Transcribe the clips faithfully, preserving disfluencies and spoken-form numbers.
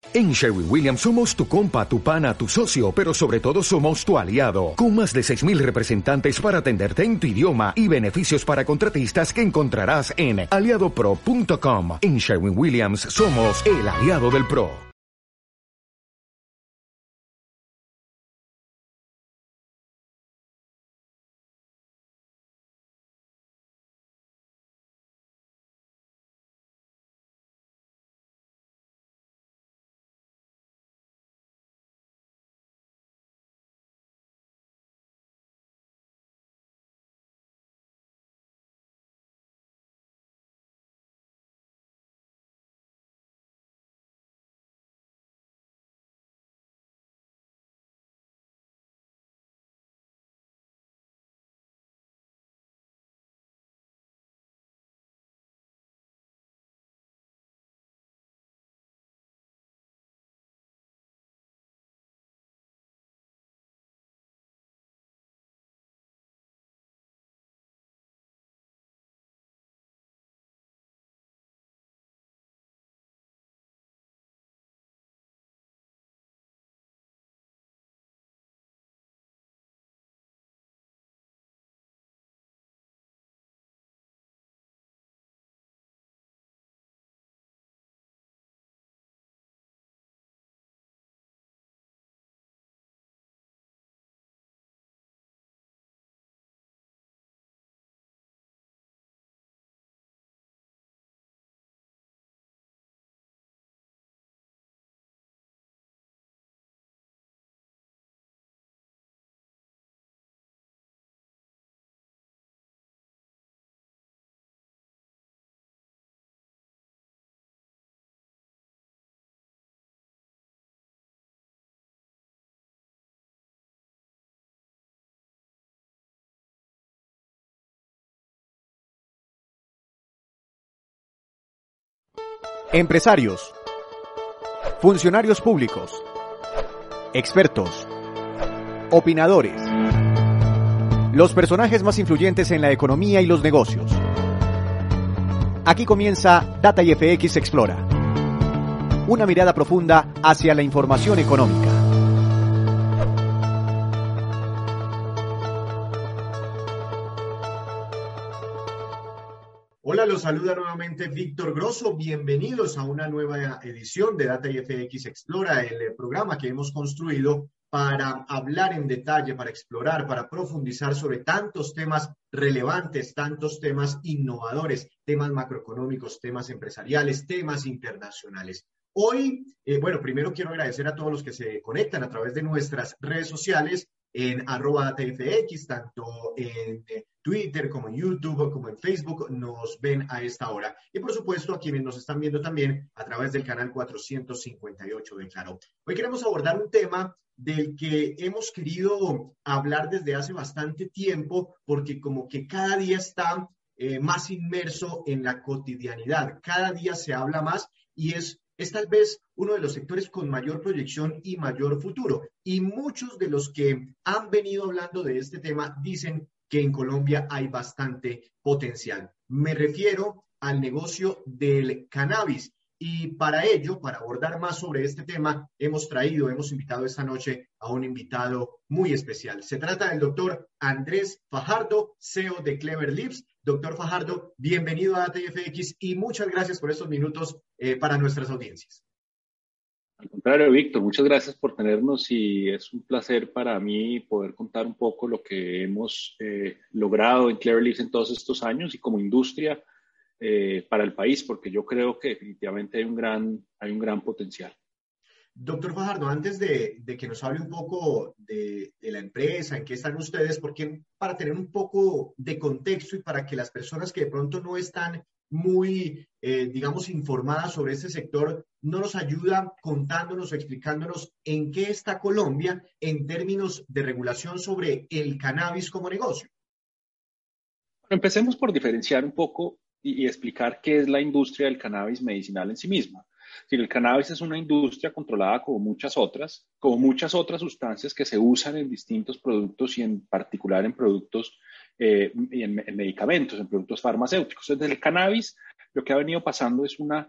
En Sherwin-Williams somos tu compa, tu pana, tu socio, pero sobre todo somos tu aliado, con más de seis mil representantes para atenderte en tu idioma y beneficios para contratistas que encontrarás en aliado pro punto com. En Sherwin-Williams somos el aliado del pro. Empresarios, funcionarios públicos, expertos, opinadores, los personajes más influyentes en la economía y los negocios. Aquí comienza Data I F X Explora, una mirada profunda hacia la información económica. Hola, los saluda nuevamente Víctor Grosso. Bienvenidos a una nueva edición de Data I F X Explora, el programa que hemos construido para hablar en detalle, para explorar, para profundizar sobre tantos temas relevantes, tantos temas innovadores, temas macroeconómicos, temas empresariales, temas internacionales. Hoy, eh, bueno, primero quiero agradecer a todos los que se conectan a través de nuestras redes sociales en arroba datafx, tanto en eh, Twitter como en YouTube como en Facebook nos ven a esta hora. Y por supuesto a quienes nos están viendo también a través del canal cuatrocientos cincuenta y ocho de Claro. Hoy queremos abordar un tema del que hemos querido hablar desde hace bastante tiempo porque como que cada día está eh, más inmerso en la cotidianidad, cada día se habla más y es Es tal vez uno de los sectores con mayor proyección y mayor futuro. Y muchos de los que han venido hablando de este tema dicen que en Colombia hay bastante potencial. Me refiero al negocio del cannabis. Y para ello, para abordar más sobre este tema, hemos traído, hemos invitado esta noche a un invitado muy especial. Se trata del doctor Andrés Fajardo, C E O de Clever Leaves. Doctor Fajardo, bienvenido a Data I F X y muchas gracias por estos minutos eh, para nuestras audiencias. Al contrario, Víctor, muchas gracias por tenernos y es un placer para mí poder contar un poco lo que hemos eh, logrado en Clever Leaves en todos estos años y como industria eh, para el país, porque yo creo que definitivamente hay un gran, hay un gran potencial. Doctor Fajardo, antes de, de que nos hable un poco de, de la empresa, en qué están ustedes, porque para tener un poco de contexto y para que las personas que de pronto no están muy, eh, digamos, informadas sobre este sector, no nos ayuda contándonos o explicándonos en qué está Colombia en términos de regulación sobre el cannabis como negocio. Bueno, empecemos por diferenciar un poco y, y explicar qué es la industria del cannabis medicinal en sí misma. Si el cannabis es una industria controlada como muchas otras, como muchas otras sustancias que se usan en distintos productos y en particular en productos eh, y en, en medicamentos, en productos farmacéuticos. Entonces, el cannabis lo que ha venido pasando es una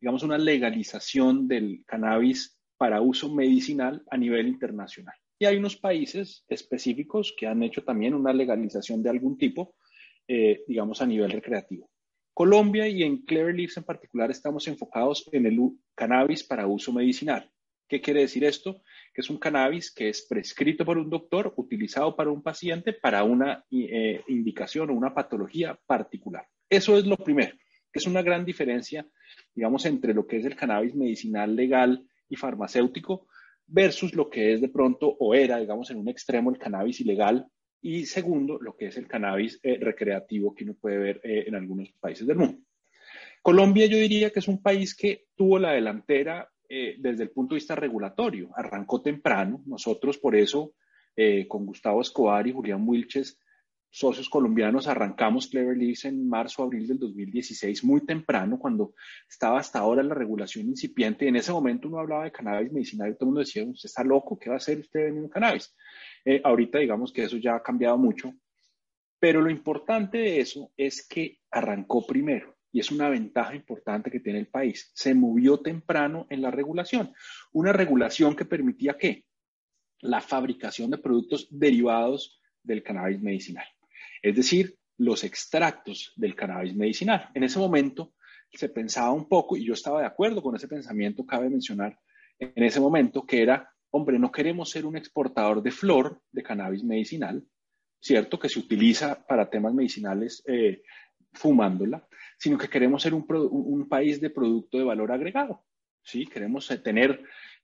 digamos, una legalización del cannabis para uso medicinal a nivel internacional. Y hay unos países específicos que han hecho también una legalización de algún tipo, eh, digamos, a nivel recreativo. Colombia y en Clever Leaves en particular estamos enfocados en el cannabis para uso medicinal. ¿Qué quiere decir esto? Que es un cannabis que es prescrito por un doctor, utilizado para un paciente para una eh, indicación o una patología particular. Eso es lo primero, que es una gran diferencia, digamos, entre lo que es el cannabis medicinal legal y farmacéutico versus lo que es de pronto o era, digamos, en un extremo el cannabis ilegal y segundo, lo que es el cannabis eh, recreativo que uno puede ver eh, en algunos países del mundo. Colombia yo diría que es un país que tuvo la delantera eh, desde el punto de vista regulatorio, arrancó temprano, nosotros por eso eh, con Gustavo Escobar y Julián Wilches, socios colombianos, arrancamos Clever Leaves en marzo, abril del dos mil dieciséis, muy temprano, cuando estaba hasta ahora la regulación incipiente. En ese momento uno hablaba de cannabis medicinal y todo el mundo decía, usted está loco, ¿qué va a hacer usted vendiendo cannabis? Eh, ahorita digamos que eso ya ha cambiado mucho, pero lo importante de eso es que arrancó primero y es una ventaja importante que tiene el país. Se movió temprano en la regulación, una regulación que permitía ¿qué? La fabricación de productos derivados del cannabis medicinal. Es decir, los extractos del cannabis medicinal. En ese momento se pensaba un poco, y yo estaba de acuerdo con ese pensamiento, cabe mencionar en ese momento, que era, hombre, no queremos ser un exportador de flor de cannabis medicinal, ¿cierto? Que se utiliza para temas medicinales eh, fumándola, sino que queremos ser un, un país de producto de valor agregado, ¿sí? Queremos tener,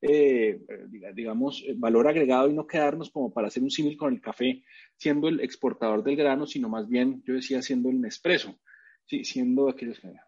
eh, digamos, valor agregado y no quedarnos como para hacer un símil con el café, siendo el exportador del grano, sino más bien, yo decía, siendo el Nespresso, ¿sí? Siendo aquellos que...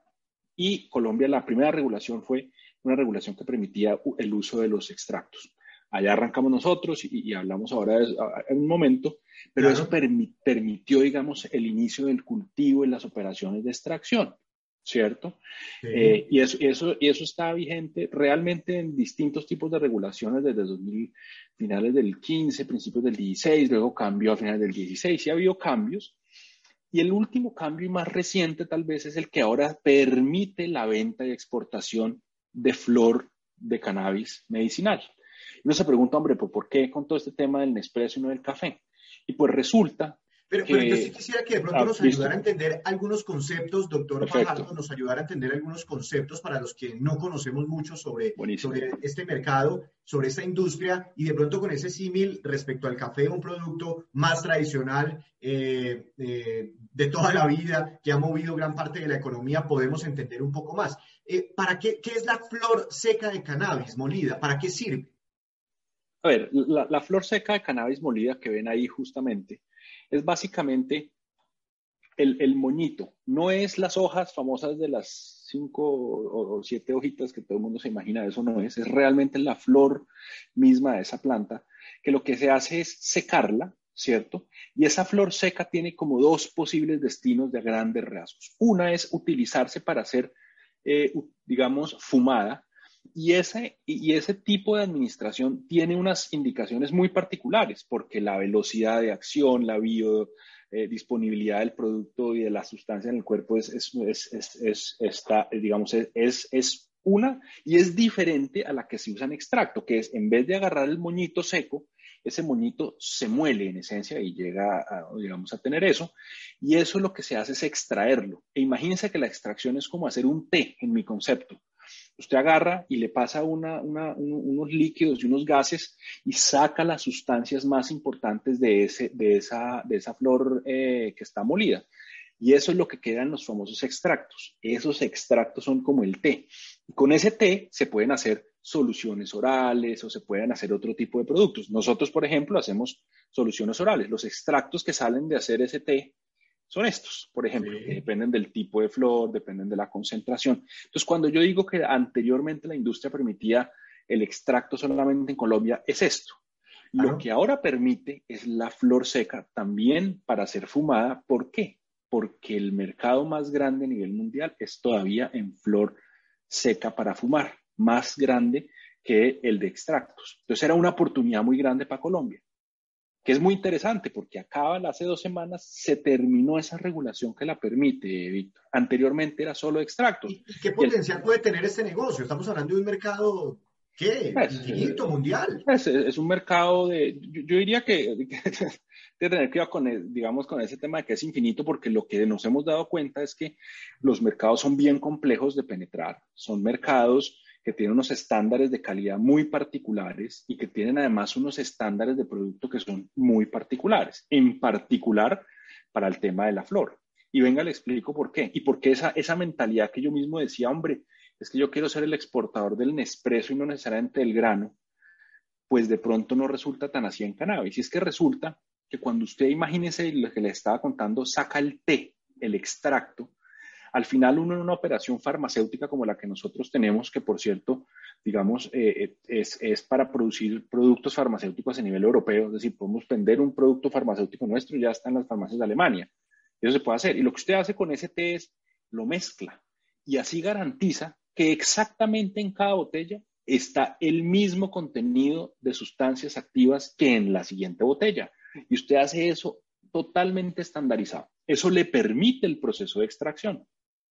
Y Colombia, la primera regulación fue una regulación que permitía el uso de los extractos. Allá arrancamos nosotros y, y hablamos ahora de, en un momento, pero claro. Eso permi permitió, digamos, el inicio del cultivo en las operaciones de extracción, ¿cierto? Sí. Eh, y, eso, eso, y eso está vigente realmente en distintos tipos de regulaciones desde dos mil, finales del quince, principios del dieciséis, luego cambió a finales del dieciséis, y ha habido cambios. Y el último cambio y más reciente tal vez es el que ahora permite la venta y exportación de flor de cannabis medicinal. Uno se pregunta, hombre, ¿por qué con todo este tema del Nespresso y no del café? Y pues resulta Pero, que... pero yo sí quisiera que de pronto ah, nos ayudara a entender algunos conceptos, doctor Fajardo, nos ayudara a entender algunos conceptos para los que no conocemos mucho sobre, sobre este mercado, sobre esta industria, y de pronto con ese símil respecto al café, un producto más tradicional eh, eh, de toda la vida, que ha movido gran parte de la economía, podemos entender un poco más. Eh, ¿para qué, qué es la flor seca de cannabis molida? ¿Para qué sirve? A ver, la, la flor seca de cannabis molida que ven ahí justamente es básicamente el, el moñito. No es las hojas famosas de las cinco o, o siete hojitas que todo el mundo se imagina, eso no es. Es realmente la flor misma de esa planta, que lo que se hace es secarla, ¿cierto? Y esa flor seca tiene como dos posibles destinos de grandes rasgos. Una es utilizarse para hacer, eh, digamos, fumada. Y ese, y ese tipo de administración tiene unas indicaciones muy particulares, porque la velocidad de acción, la biodisponibilidad eh, del producto y de la sustancia en el cuerpo es, es, es, es, es está, digamos, es, es una y es diferente a la que se usa en extracto, que es en vez de agarrar el moñito seco, ese moñito se muele en esencia y llega a, digamos, a tener eso, y eso lo que se hace es extraerlo. E imagínense que la extracción es como hacer un té en mi concepto. Usted agarra y le pasa una, una, un, unos líquidos y unos gases y saca las sustancias más importantes de, ese, de, esa, de esa flor eh, que está molida. Y eso es lo que queda en los famosos extractos. Esos extractos son como el té. Y con ese té se pueden hacer soluciones orales o se pueden hacer otro tipo de productos. Nosotros, por ejemplo, hacemos soluciones orales. Los extractos que salen de hacer ese té son estos, por ejemplo, sí. Que dependen del tipo de flor, dependen de la concentración. Entonces, cuando yo digo que anteriormente la industria permitía el extracto solamente en Colombia, es esto. Claro. Lo que ahora permite es la flor seca también para ser fumada. ¿Por qué? Porque el mercado más grande a nivel mundial es todavía en flor seca para fumar, más grande que el de extractos. Entonces, era una oportunidad muy grande para Colombia. que es muy interesante porque acaba hace dos semanas, se terminó esa regulación que la permite, Víctor. Anteriormente era solo extractos. ¿Y, y qué potencial el, puede tener este negocio? Estamos hablando de un mercado, ¿qué? Es, infinito, mundial. Es, es un mercado de, yo, yo diría que, que de tener cuidado con, el, digamos, con ese tema de que es infinito, porque lo que nos hemos dado cuenta es que los mercados son bien complejos de penetrar. Son mercados que tienen unos estándares de calidad muy particulares y que tienen además unos estándares de producto que son muy particulares, en particular para el tema de la flor. Y venga, le explico por qué. Y por qué esa, esa mentalidad que yo mismo decía, hombre, es que yo quiero ser el exportador del Nespresso y no necesariamente del grano, pues de pronto no resulta tan así en cannabis. Y es que resulta que cuando usted, imagínese lo que le estaba contando, saca el té, el extracto, al final uno en una operación farmacéutica como la que nosotros tenemos, que por cierto, digamos, eh, es, es para producir productos farmacéuticos a nivel europeo, es decir, podemos vender un producto farmacéutico nuestro y ya está en las farmacias de Alemania. Eso se puede hacer. Y lo que usted hace con ese té es, lo mezcla y así garantiza que exactamente en cada botella está el mismo contenido de sustancias activas que en la siguiente botella. Y usted hace eso totalmente estandarizado. Eso le permite el proceso de extracción.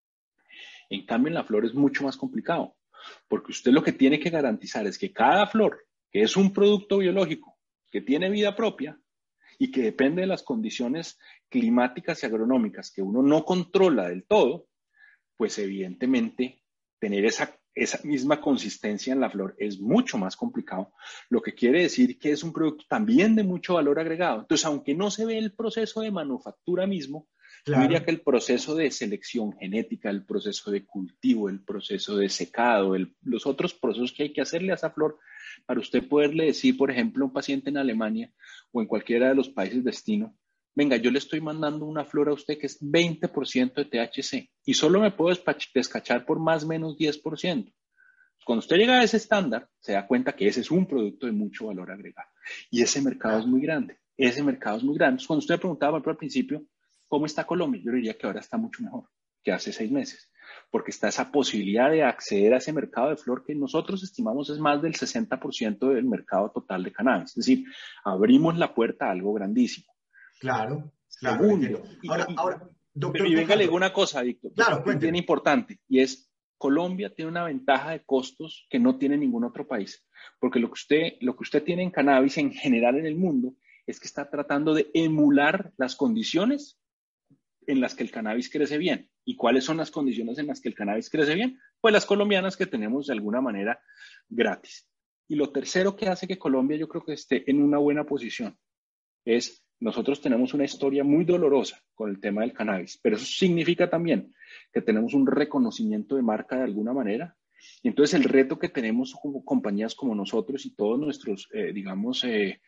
En cambio, en la flor es mucho más complicado, porque usted lo que tiene que garantizar es que cada flor, que es un producto biológico, que tiene vida propia y que depende de las condiciones climáticas y agronómicas que uno no controla del todo, pues evidentemente tener esa, esa misma consistencia en la flor es mucho más complicado, lo que quiere decir que es un producto también de mucho valor agregado. Entonces, aunque no se ve el proceso de manufactura mismo, claro, yo diría que el proceso de selección genética, el proceso de cultivo, el proceso de secado, el, los otros procesos que hay que hacerle a esa flor para usted poderle decir, por ejemplo, a un paciente en Alemania o en cualquiera de los países destino, venga, yo le estoy mandando una flor a usted que es veinte por ciento de T H C y solo me puedo descachar por más o menos diez por ciento. Cuando usted llega a ese estándar, se da cuenta que ese es un producto de mucho valor agregado. Y ese mercado es muy grande. Ese mercado es muy grande. Entonces, cuando usted me preguntaba al principio, ¿cómo está Colombia? Yo diría que ahora está mucho mejor que hace seis meses, porque está esa posibilidad de acceder a ese mercado de flor que nosotros estimamos es más del sesenta por ciento del mercado total de cannabis. Es decir, abrimos la puerta a algo grandísimo. Claro, claro. Segundo, ahora, y, ahora, doctor. Y venga, le digo una cosa, Víctor, claro, que es bien importante, y es Colombia tiene una ventaja de costos que no tiene ningún otro país, porque lo que usted, lo que usted tiene en cannabis en general en el mundo es que está tratando de emular las condiciones en las que el cannabis crece bien. ¿Y cuáles son las condiciones en las que el cannabis crece bien? Pues las colombianas que tenemos de alguna manera gratis. Y lo tercero que hace que Colombia yo creo que esté en una buena posición es nosotros tenemos una historia muy dolorosa con el tema del cannabis, pero eso significa también que tenemos un reconocimiento de marca de alguna manera. Y entonces el reto que tenemos como compañías como nosotros y todos nuestros, eh, digamos, eh,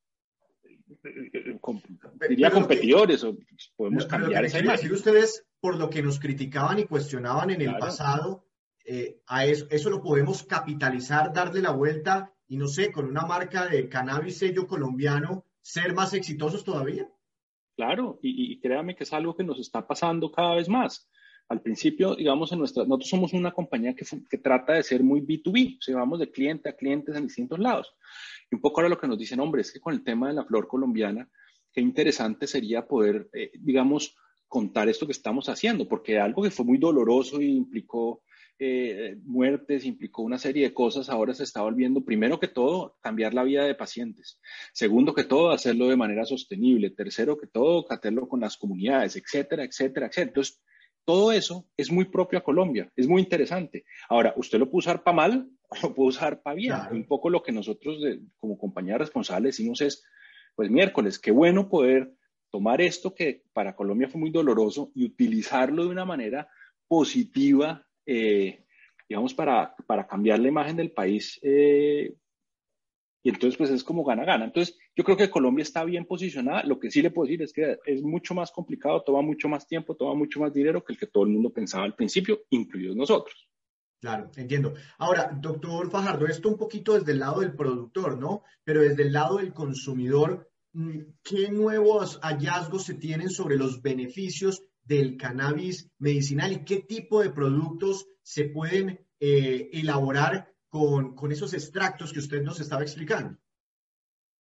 diría pero competidores, que, o podemos pero cambiar lo que esa quiero imagen. decir ustedes, por lo que nos criticaban y cuestionaban en claro. el pasado, eh, a eso, eso lo podemos capitalizar, darle la vuelta y no sé, con una marca de cannabis sello colombiano, ser más exitosos todavía. Claro, y, y créame que es algo que nos está pasando cada vez más. Al principio, digamos, en nuestra, nosotros somos una compañía que, que trata de ser muy B dos B, o sea, vamos de cliente a clientes en distintos lados. Y un poco ahora lo que nos dicen, hombre, es que con el tema de la flor colombiana, qué interesante sería poder, eh, digamos, contar esto que estamos haciendo, porque algo que fue muy doloroso y implicó eh, muertes, implicó una serie de cosas, ahora se está volviendo, primero que todo, cambiar la vida de pacientes. Segundo que todo, hacerlo de manera sostenible. Tercero que todo, hacerlo con las comunidades, etcétera, etcétera, etcétera. Entonces, todo eso es muy propio a Colombia, es muy interesante. Ahora, usted lo puede usar para mal o lo puede usar para bien. Claro. Un poco lo que nosotros de, como compañía responsable decimos es, pues miércoles, qué bueno poder tomar esto que para Colombia fue muy doloroso y utilizarlo de una manera positiva, eh, digamos, para, para cambiar la imagen del país. Eh, y entonces, pues es como gana-gana. Entonces, yo creo que Colombia está bien posicionada. Lo que sí le puedo decir es que es mucho más complicado, toma mucho más tiempo, toma mucho más dinero que el que todo el mundo pensaba al principio, incluidos nosotros. Claro, entiendo. Ahora, doctor Fajardo, esto un poquito desde el lado del productor, ¿no? Pero desde el lado del consumidor, ¿qué nuevos hallazgos se tienen sobre los beneficios del cannabis medicinal y qué tipo de productos se pueden eh, elaborar con, con esos extractos que usted nos estaba explicando?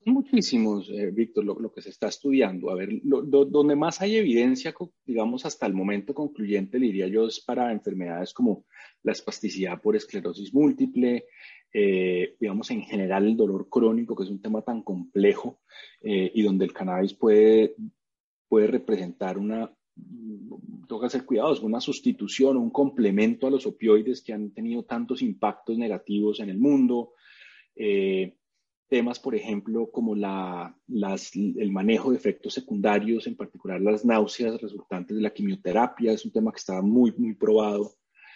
Muchísimos, eh, Víctor, lo, lo que se está estudiando. A ver, lo, do, donde más hay evidencia, digamos, hasta el momento concluyente, le diría yo, es para enfermedades como la espasticidad por esclerosis múltiple, eh, digamos, en general el dolor crónico, que es un tema tan complejo eh, y donde el cannabis puede, puede representar una, toca hacer cuidados, una sustitución, un complemento a los opioides que han tenido tantos impactos negativos en el mundo. Eh, Temas, por ejemplo, como la, las, el manejo de efectos secundarios, en particular las náuseas resultantes de la quimioterapia, es un tema que está muy, muy probado.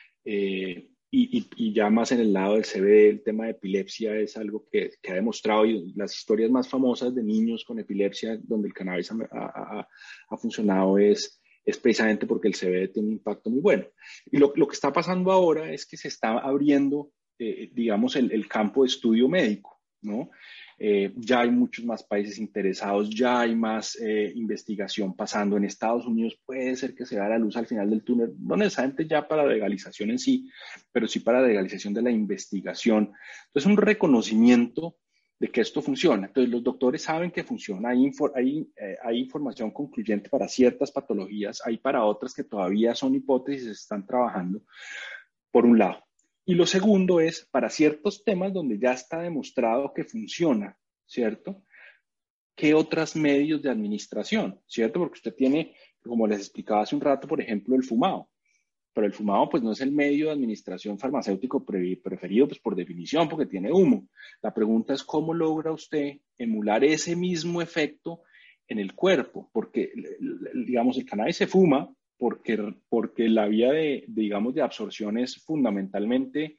Eh, y, y, y ya más en el lado del C B D, el tema de epilepsia es algo que, que ha demostrado, y las historias más famosas de niños con epilepsia, donde el cannabis ha, ha, ha funcionado, es, es precisamente porque el C B D tiene un impacto muy bueno. Y lo, lo que está pasando ahora es que se está abriendo, eh, digamos, el, el campo de estudio médico, ¿no? Eh, ya hay muchos más países interesados, ya hay más eh, investigación pasando. En Estados Unidos puede ser que se vea la luz al final del túnel, no necesariamente ya para la legalización en sí, pero sí para la legalización de la investigación. Entonces, un reconocimiento de que esto funciona. Entonces, los doctores saben que funciona, hay, infor hay, eh, hay información concluyente para ciertas patologías, hay para otras que todavía son hipótesis, se están trabajando, por un lado. Y lo segundo es para ciertos temas donde ya está demostrado que funciona, ¿cierto? ¿Qué otros medios de administración, ¿cierto? Porque usted tiene, como les explicaba hace un rato, por ejemplo, el fumado. Pero el fumado pues no es el medio de administración farmacéutico pre preferido pues por definición, porque tiene humo. La pregunta es cómo logra usted emular ese mismo efecto en el cuerpo, porque digamos el cannabis se fuma porque, porque la vía de, de, digamos, de absorción es fundamentalmente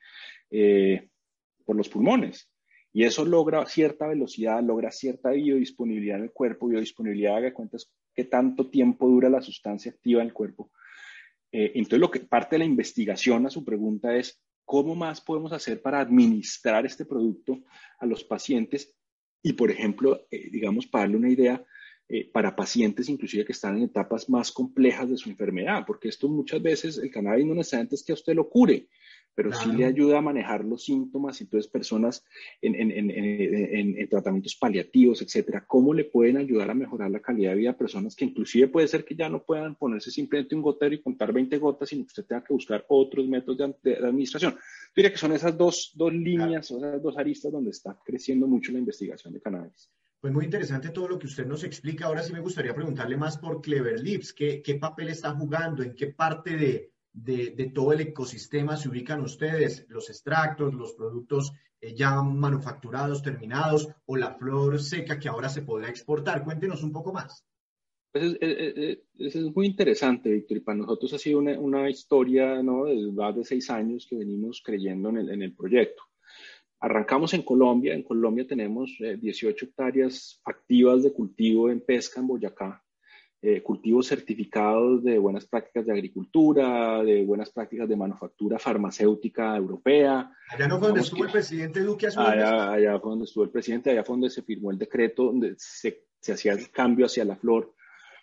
eh, por los pulmones. Y eso logra cierta velocidad, logra cierta biodisponibilidad en el cuerpo, biodisponibilidad, haga cuentas qué tanto tiempo dura la sustancia activa en el cuerpo. Eh, entonces, lo que parte de la investigación a su pregunta es, ¿cómo más podemos hacer para administrar este producto a los pacientes? Y, por ejemplo, eh, digamos, para darle una idea, eh, para pacientes inclusive que están en etapas más complejas de su enfermedad, porque esto muchas veces, el cannabis no necesariamente es que a usted lo cure, pero claro, sí le ayuda a manejar los síntomas. Entonces, personas en, en, en, en, en tratamientos paliativos, etcétera, ¿cómo le pueden ayudar a mejorar la calidad de vida a personas que inclusive puede ser que ya no puedan ponerse simplemente un gotero y contar veinte gotas, sino que usted tenga que buscar otros métodos de, de, de administración? Yo diría que son esas dos, dos líneas, claro, esas dos aristas donde está creciendo mucho la investigación de cannabis. Pues muy interesante todo lo que usted nos explica. Ahora sí me gustaría preguntarle más por Clever Leaves. ¿Qué, qué papel está jugando? ¿En qué parte de, de, de todo el ecosistema se ubican ustedes? ¿Los extractos, los productos eh, ya manufacturados, terminados, o la flor seca que ahora se podrá exportar? Cuéntenos un poco más. Pues es, es, es, es muy interesante, Víctor, y para nosotros ha sido una, una historia, ¿no?, de más de seis años que venimos creyendo en el, en el proyecto. Arrancamos en Colombia. En Colombia tenemos eh, dieciocho hectáreas activas de cultivo en pesca en Boyacá, eh, cultivos certificados de buenas prácticas de agricultura, de buenas prácticas de manufactura farmacéutica europea. Allá no fue donde estuvo que, el presidente Duque hace unos meses. Allá, allá fue donde estuvo el presidente, allá fue donde se firmó el decreto, donde se, se hacía el cambio hacia la flor.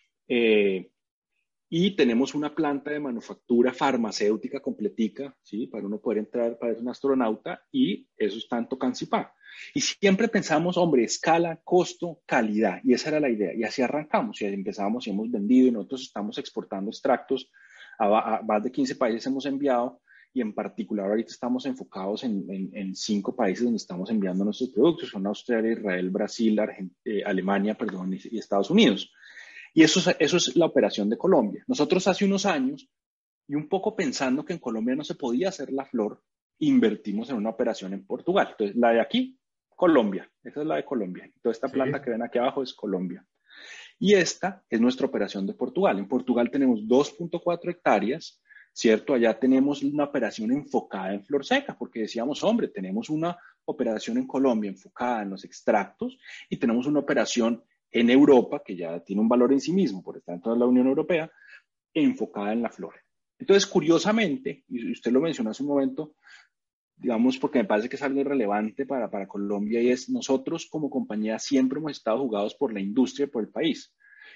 Eh, Y tenemos una planta de manufactura farmacéutica completica, ¿sí?, para uno poder entrar, para ser un astronauta, y eso está en Tocancipá. Y siempre pensamos, hombre, escala, costo, calidad, y esa era la idea. Y así arrancamos, y así empezamos y hemos vendido, y nosotros estamos exportando extractos a, a más de quince países hemos enviado, y en particular ahorita estamos enfocados en, en, en cinco países donde estamos enviando nuestros productos, son Australia, Israel, Brasil, Argent eh, Alemania, perdón, y, y Estados Unidos. Y eso, eso es la operación de Colombia. Nosotros hace unos años, y un poco pensando que en Colombia no se podía hacer la flor, invertimos en una operación en Portugal. Entonces, la de aquí, Colombia. Esa es la de Colombia. Toda esta planta sí. que ven aquí abajo es Colombia. Y esta es nuestra operación de Portugal. En Portugal tenemos dos punto cuatro hectáreas, ¿cierto? Allá tenemos una operación enfocada en flor seca, porque decíamos, hombre, tenemos una operación en Colombia enfocada en los extractos y tenemos una operación en Europa, que ya tiene un valor en sí mismo, por estar en toda la Unión Europea, enfocada en la flor. Entonces, curiosamente, y usted lo mencionó hace un momento, digamos, porque me parece que es algo relevante para, para Colombia, y es nosotros como compañía siempre hemos estado jugados por la industria y por el país.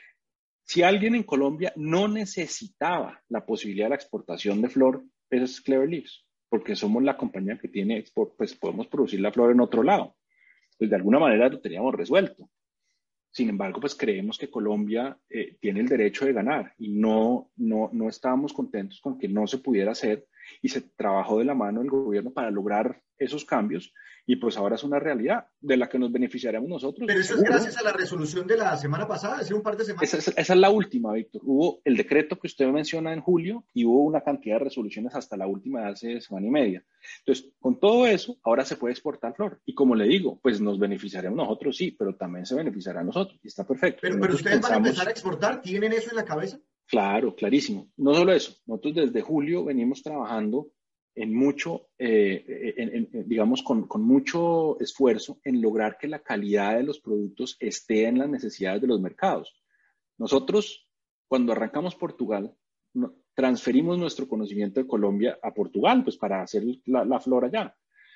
Si alguien en Colombia no necesitaba la posibilidad de la exportación de flor, eso es Clever Leaves, porque somos la compañía que tiene export, pues podemos producir la flor en otro lado. pues de alguna manera lo teníamos resuelto. Sin embargo, pues creemos que Colombia eh, tiene el derecho de ganar y no, no, no estábamos contentos con que no se pudiera hacer y se trabajó de la mano del gobierno para lograr esos cambios y pues ahora es una realidad de la que nos beneficiaremos nosotros. Pero eso seguro. Es gracias a la resolución de la semana pasada, hace un par de semanas. Esa, esa es la última, Víctor. Hubo el decreto que usted menciona en julio y hubo una cantidad de resoluciones hasta la última de hace semana y media. Entonces, con todo eso, ahora se puede exportar flor. Y como le digo, pues nos beneficiaremos nosotros, sí, pero también se beneficiará a nosotros. Y está perfecto. Pero, pero ustedes pensamos... van a empezar a exportar, ¿tienen eso en la cabeza? Claro, clarísimo. No solo eso, nosotros desde julio venimos trabajando en mucho, eh, en, en, digamos, con, con mucho esfuerzo en lograr que la calidad de los productos esté en las necesidades de los mercados. Nosotros, cuando arrancamos Portugal, no, transferimos nuestro conocimiento de Colombia a Portugal, pues para hacer la, la flor allá.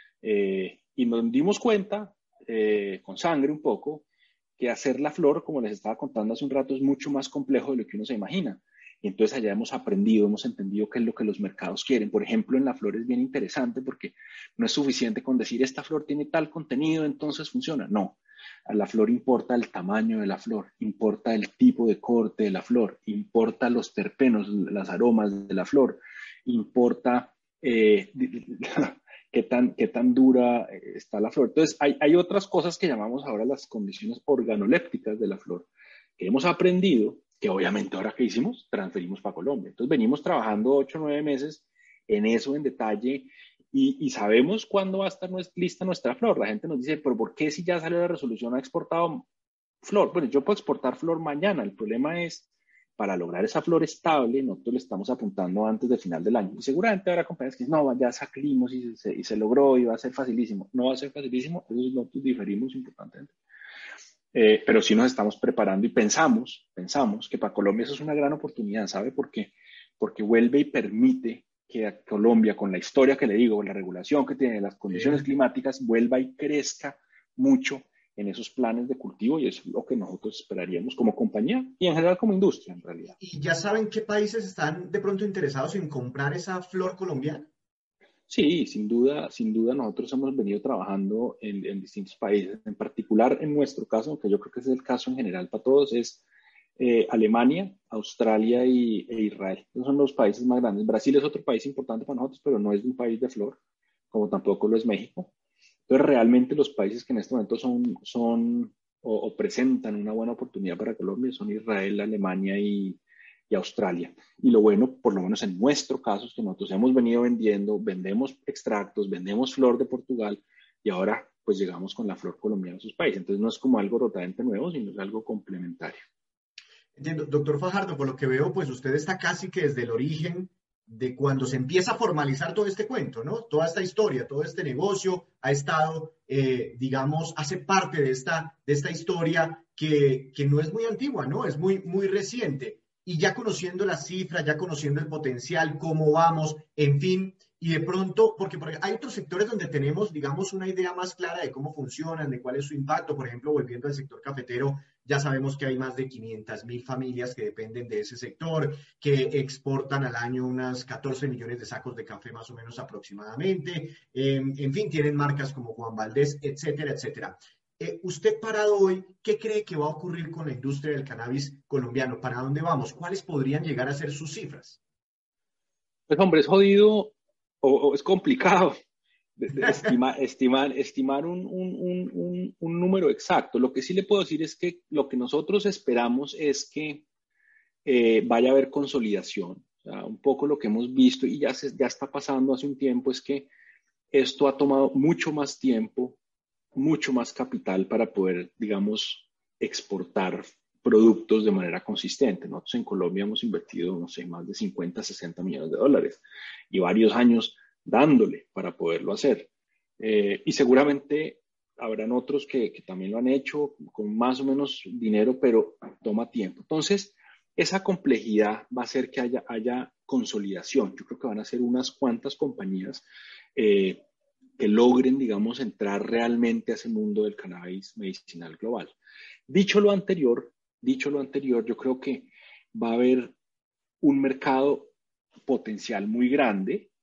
Eh, y nos dimos cuenta, eh, con sangre un poco, que hacer la flor, como les estaba contando hace un rato, es mucho más complejo de lo que uno se imagina. Y entonces allá hemos aprendido, hemos entendido qué es lo que los mercados quieren. Por ejemplo, en la flor es bien interesante porque no es suficiente con decir esta flor tiene tal contenido, entonces funciona. No, a la flor importa el tamaño de la flor, importa el tipo de corte de la flor, importa los terpenos, los aromas de la flor, importa eh, qué, tan, qué tan dura está la flor. Entonces hay, hay otras cosas que llamamos ahora las condiciones organolépticas de la flor, que hemos aprendido, que obviamente ahora que hicimos, transferimos para Colombia. Entonces venimos trabajando ocho o nueve meses en eso en detalle y, y sabemos cuándo va a estar nuestra, lista nuestra flor. La gente nos dice, pero ¿por qué si ya salió la resolución ha exportado flor? Bueno, yo puedo exportar flor mañana. El problema es, para lograr esa flor estable, nosotros le estamos apuntando antes del final del año. Y seguramente habrá compañías que dicen, no, ya salimos y se, y se logró y va a ser facilísimo. No va a ser facilísimo, eso nosotros diferimos importantemente. Eh, pero sí nos estamos preparando y pensamos, pensamos que para Colombia eso es una gran oportunidad, ¿sabe por qué? Porque vuelve y permite que a Colombia, con la historia que le digo, con la regulación que tiene, las condiciones sí. climáticas, vuelva y crezca mucho en esos planes de cultivo y eso es lo que nosotros esperaríamos como compañía y en general como industria, en realidad. ¿Y ya saben qué países están de pronto interesados en comprar esa flor colombiana? Sí, sin duda, sin duda nosotros hemos venido trabajando en, en distintos países, en particular en nuestro caso, aunque yo creo que ese es el caso en general para todos, es eh, Alemania, Australia y, e Israel. Esos son los países más grandes. Brasil es otro país importante para nosotros, pero no es un país de flor, como tampoco lo es México. Entonces realmente los países que en este momento son, son o, o presentan una buena oportunidad para Colombia son Israel, Alemania y y Australia. Y lo bueno, por lo menos en nuestro caso, es que nosotros hemos venido vendiendo, vendemos extractos, vendemos flor de Portugal y ahora pues llegamos con la flor colombiana a sus países. Entonces no es como algo totalmente nuevo, sino es algo complementario. Entiendo. Doctor Fajardo, por lo que veo, pues usted está casi que desde el origen de cuando se empieza a formalizar todo este cuento, ¿no? Toda esta historia, todo este negocio ha estado, eh, digamos, hace parte de esta, de esta historia que, que no es muy antigua, ¿no? Es muy, muy reciente. Y ya conociendo las cifras, ya conociendo el potencial, cómo vamos, en fin, y de pronto, porque, porque hay otros sectores donde tenemos, digamos, una idea más clara de cómo funcionan, de cuál es su impacto. Por ejemplo, volviendo al sector cafetero, ya sabemos que hay más de quinientas mil familias que dependen de ese sector, que exportan al año unas catorce millones de sacos de café más o menos aproximadamente. Eh, en fin, tienen marcas como Juan Valdez, etcétera, etcétera. Eh, usted parado hoy, ¿qué cree que va a ocurrir con la industria del cannabis colombiano? ¿Para dónde vamos? ¿Cuáles podrían llegar a ser sus cifras? Pues hombre, es jodido o, o es complicado de, de estimar, estimar, estimar un, un, un, un número exacto. Lo que sí le puedo decir es que lo que nosotros esperamos es que eh, vaya a haber consolidación. O sea, un poco lo que hemos visto y ya, se, ya está pasando hace un tiempo es que esto ha tomado mucho más tiempo, mucho más capital para poder, digamos, exportar productos de manera consistente. Nosotros en Colombia hemos invertido, no sé, más de cincuenta, sesenta millones de dólares y varios años dándole para poderlo hacer. Eh, y seguramente habrán otros que, que también lo han hecho con más o menos dinero, pero toma tiempo. Entonces, esa complejidad va a hacer que haya, haya consolidación. Yo creo que van a ser unas cuantas compañías eh, que logren, digamos, entrar realmente a ese mundo del cannabis medicinal global. Dicho lo anterior, dicho lo anterior, yo creo que va a haber un mercado potencial muy grande,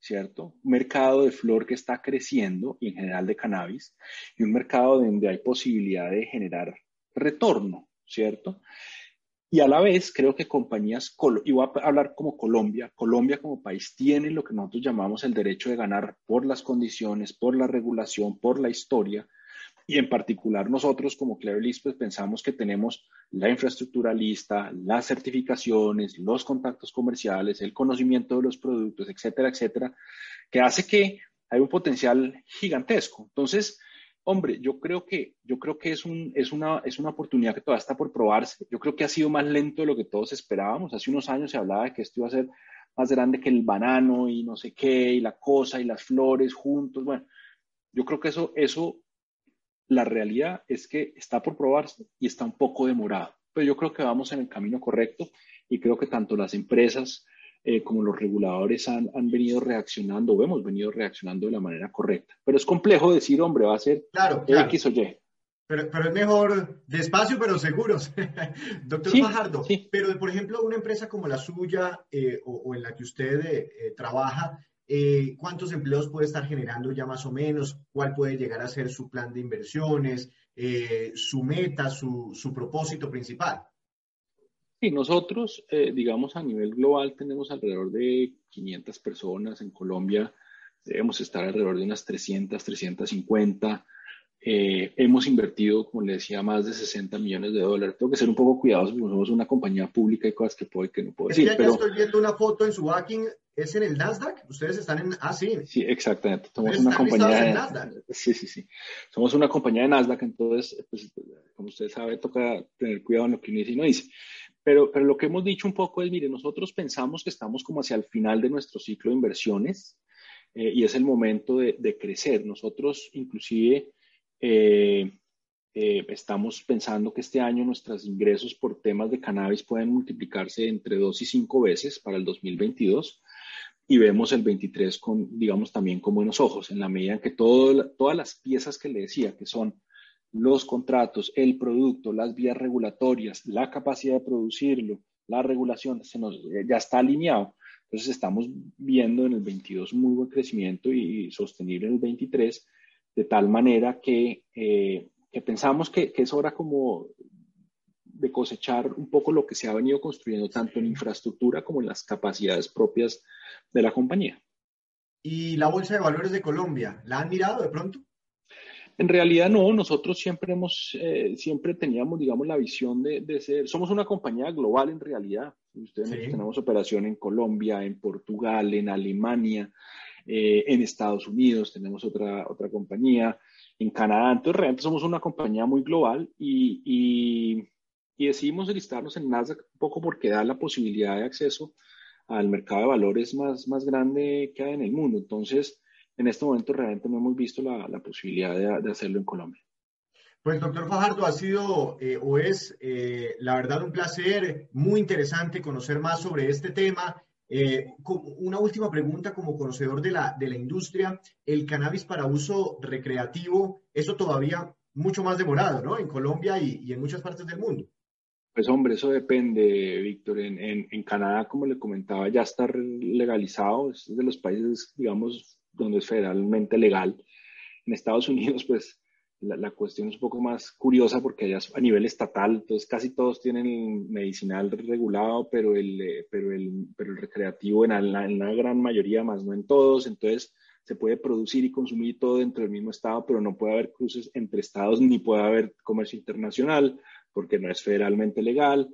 ¿cierto? Un mercado de flor que está creciendo y en general de cannabis, y un mercado donde hay posibilidad de generar retorno, ¿cierto? Y a la vez creo que compañías, y voy a hablar como Colombia, Colombia como país tiene lo que nosotros llamamos el derecho de ganar por las condiciones, por la regulación, por la historia, y en particular nosotros como Clever Leaves pues pensamos que tenemos la infraestructura lista, las certificaciones, los contactos comerciales, el conocimiento de los productos, etcétera, etcétera, que hace que hay un potencial gigantesco. Entonces, hombre, yo creo que, yo creo que es, un, es, una, es una oportunidad que todavía está por probarse. Yo creo que ha sido más lento de lo que todos esperábamos. Hace unos años se hablaba de que esto iba a ser más grande que el banano y no sé qué, y la cosa y las flores juntos. Bueno, yo creo que eso, eso la realidad es que está por probarse y está un poco demorado. Pero yo creo que vamos en el camino correcto y creo que tanto las empresas eh, como los reguladores han, han venido reaccionando o hemos venido reaccionando de la manera correcta. Pero es complejo decir, hombre, va a ser claro, claro. X o Y. Pero, pero es mejor despacio, pero seguros. Doctor Sí, Fajardo, sí. pero por ejemplo, una empresa como la suya eh, o, o en la que usted eh, trabaja, eh, ¿cuántos empleos puede estar generando ya más o menos? ¿Cuál puede llegar a ser su plan de inversiones, eh, su meta, su, su propósito principal? Sí, nosotros, eh, digamos, a nivel global tenemos alrededor de quinientas personas. En Colombia debemos estar alrededor de unas trescientas, trescientas cincuenta. Eh, hemos invertido, como le decía, más de sesenta millones de dólares. Tengo que ser un poco cuidadoso porque somos una compañía pública y cosas que puedo y que no puedo es decir. Que ya pero... estoy viendo una foto en su backing. ¿Es en el Nasdaq? ¿Ustedes están en...? Ah, sí. Sí, exactamente. Somos ¿Ustedes una están compañía listados de... en Nasdaq? Sí, sí, sí. Somos una compañía de Nasdaq, entonces, pues, como usted sabe, toca tener cuidado en lo que uno dice y no dice. Pero, pero lo que hemos dicho un poco es, mire, nosotros pensamos que estamos como hacia el final de nuestro ciclo de inversiones eh, y es el momento de, de crecer. Nosotros, inclusive... Eh, Eh, estamos pensando que este año nuestros ingresos por temas de cannabis pueden multiplicarse entre dos y cinco veces para el dos mil veintidós y vemos el veintitrés con, digamos, también con buenos ojos, en la medida en que todo, todas las piezas que le decía, que son los contratos, el producto, las vías regulatorias, la capacidad de producirlo, la regulación, se nos, ya está alineado. Entonces estamos viendo en el veintidós un muy buen crecimiento y, y sostenible en el veintitrés, de tal manera que... Eh, que pensamos que, que es hora como de cosechar un poco lo que se ha venido construyendo tanto en infraestructura como en las capacidades propias de la compañía. ¿Y la Bolsa de Valores de Colombia? ¿La han mirado de pronto? En realidad no, nosotros siempre hemos, eh, siempre teníamos, digamos, la visión de, de ser, somos una compañía global en realidad. Ustedes sí. Tenemos operación en Colombia, en Portugal, en Alemania, eh, en Estados Unidos, tenemos otra, otra compañía, en Canadá. Entonces realmente somos una compañía muy global y, y, y decidimos listarnos en Nasdaq un poco porque da la posibilidad de acceso al mercado de valores más, más grande que hay en el mundo. Entonces, en este momento realmente no hemos visto la, la posibilidad de, de hacerlo en Colombia. Pues doctor Fajardo, ha sido eh, o es eh, la verdad un placer, muy interesante conocer más sobre este tema. Eh, una última pregunta como conocedor de la, de la industria, el cannabis para uso recreativo, eso todavía mucho más demorado, ¿no? En Colombia y, y en muchas partes del mundo. Pues hombre, eso depende, Víctor. En, en, en Canadá, como le comentaba, ya está legalizado, es de los países, digamos, donde es federalmente legal. En Estados Unidos, pues la, la cuestión es un poco más curiosa porque allá es a nivel estatal, entonces casi todos tienen medicinal regulado, pero el, pero el, pero el recreativo en la, en la gran mayoría, más no en todos. Entonces se puede producir y consumir todo dentro del mismo estado, pero no puede haber cruces entre estados ni puede haber comercio internacional porque no es federalmente legal.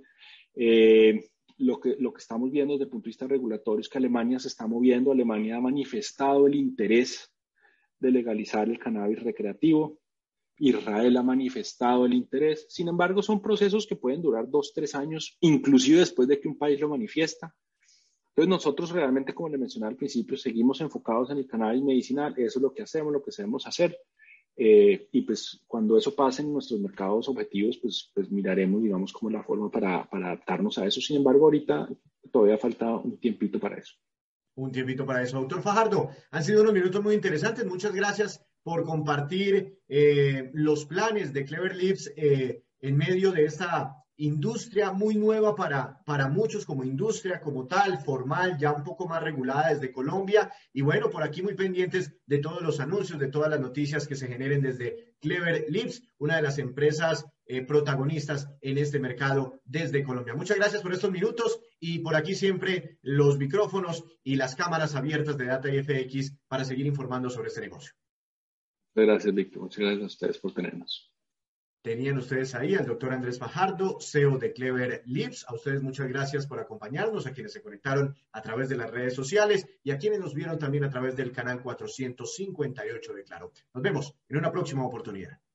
Eh, lo, que, lo que estamos viendo desde el punto de vista regulatorio es que Alemania se está moviendo. Alemania ha manifestado el interés de legalizar el cannabis recreativo. Israel ha manifestado el interés. Sin embargo, son procesos que pueden durar dos, tres años, inclusive después de que un país lo manifiesta. Entonces, nosotros realmente, como le mencionaba al principio, seguimos enfocados en el cannabis medicinal. Eso es lo que hacemos, lo que sabemos hacer. Eh, y pues cuando eso pase en nuestros mercados objetivos, pues, pues miraremos, digamos, como la forma para, para adaptarnos a eso. Sin embargo, ahorita todavía falta un tiempito para eso. Un tiempito para eso. Doctor Fajardo, han sido unos minutos muy interesantes. Muchas gracias por compartir eh, los planes de Clever Leaves eh, en medio de esta industria muy nueva para, para muchos como industria, como tal, formal, ya un poco más regulada desde Colombia. Y bueno, por aquí muy pendientes de todos los anuncios, de todas las noticias que se generen desde Clever Lips, una de las empresas eh, protagonistas en este mercado desde Colombia. Muchas gracias por estos minutos y por aquí siempre los micrófonos y las cámaras abiertas de Data y F X para seguir informando sobre este negocio. Gracias, Víctor. Muchas gracias a ustedes por tenernos. Tenían ustedes ahí al doctor Andrés Fajardo, C E O de Clever Lips. A ustedes muchas gracias por acompañarnos, a quienes se conectaron a través de las redes sociales y a quienes nos vieron también a través del canal cuatrocientos cincuenta y ocho de Claro. Nos vemos en una próxima oportunidad.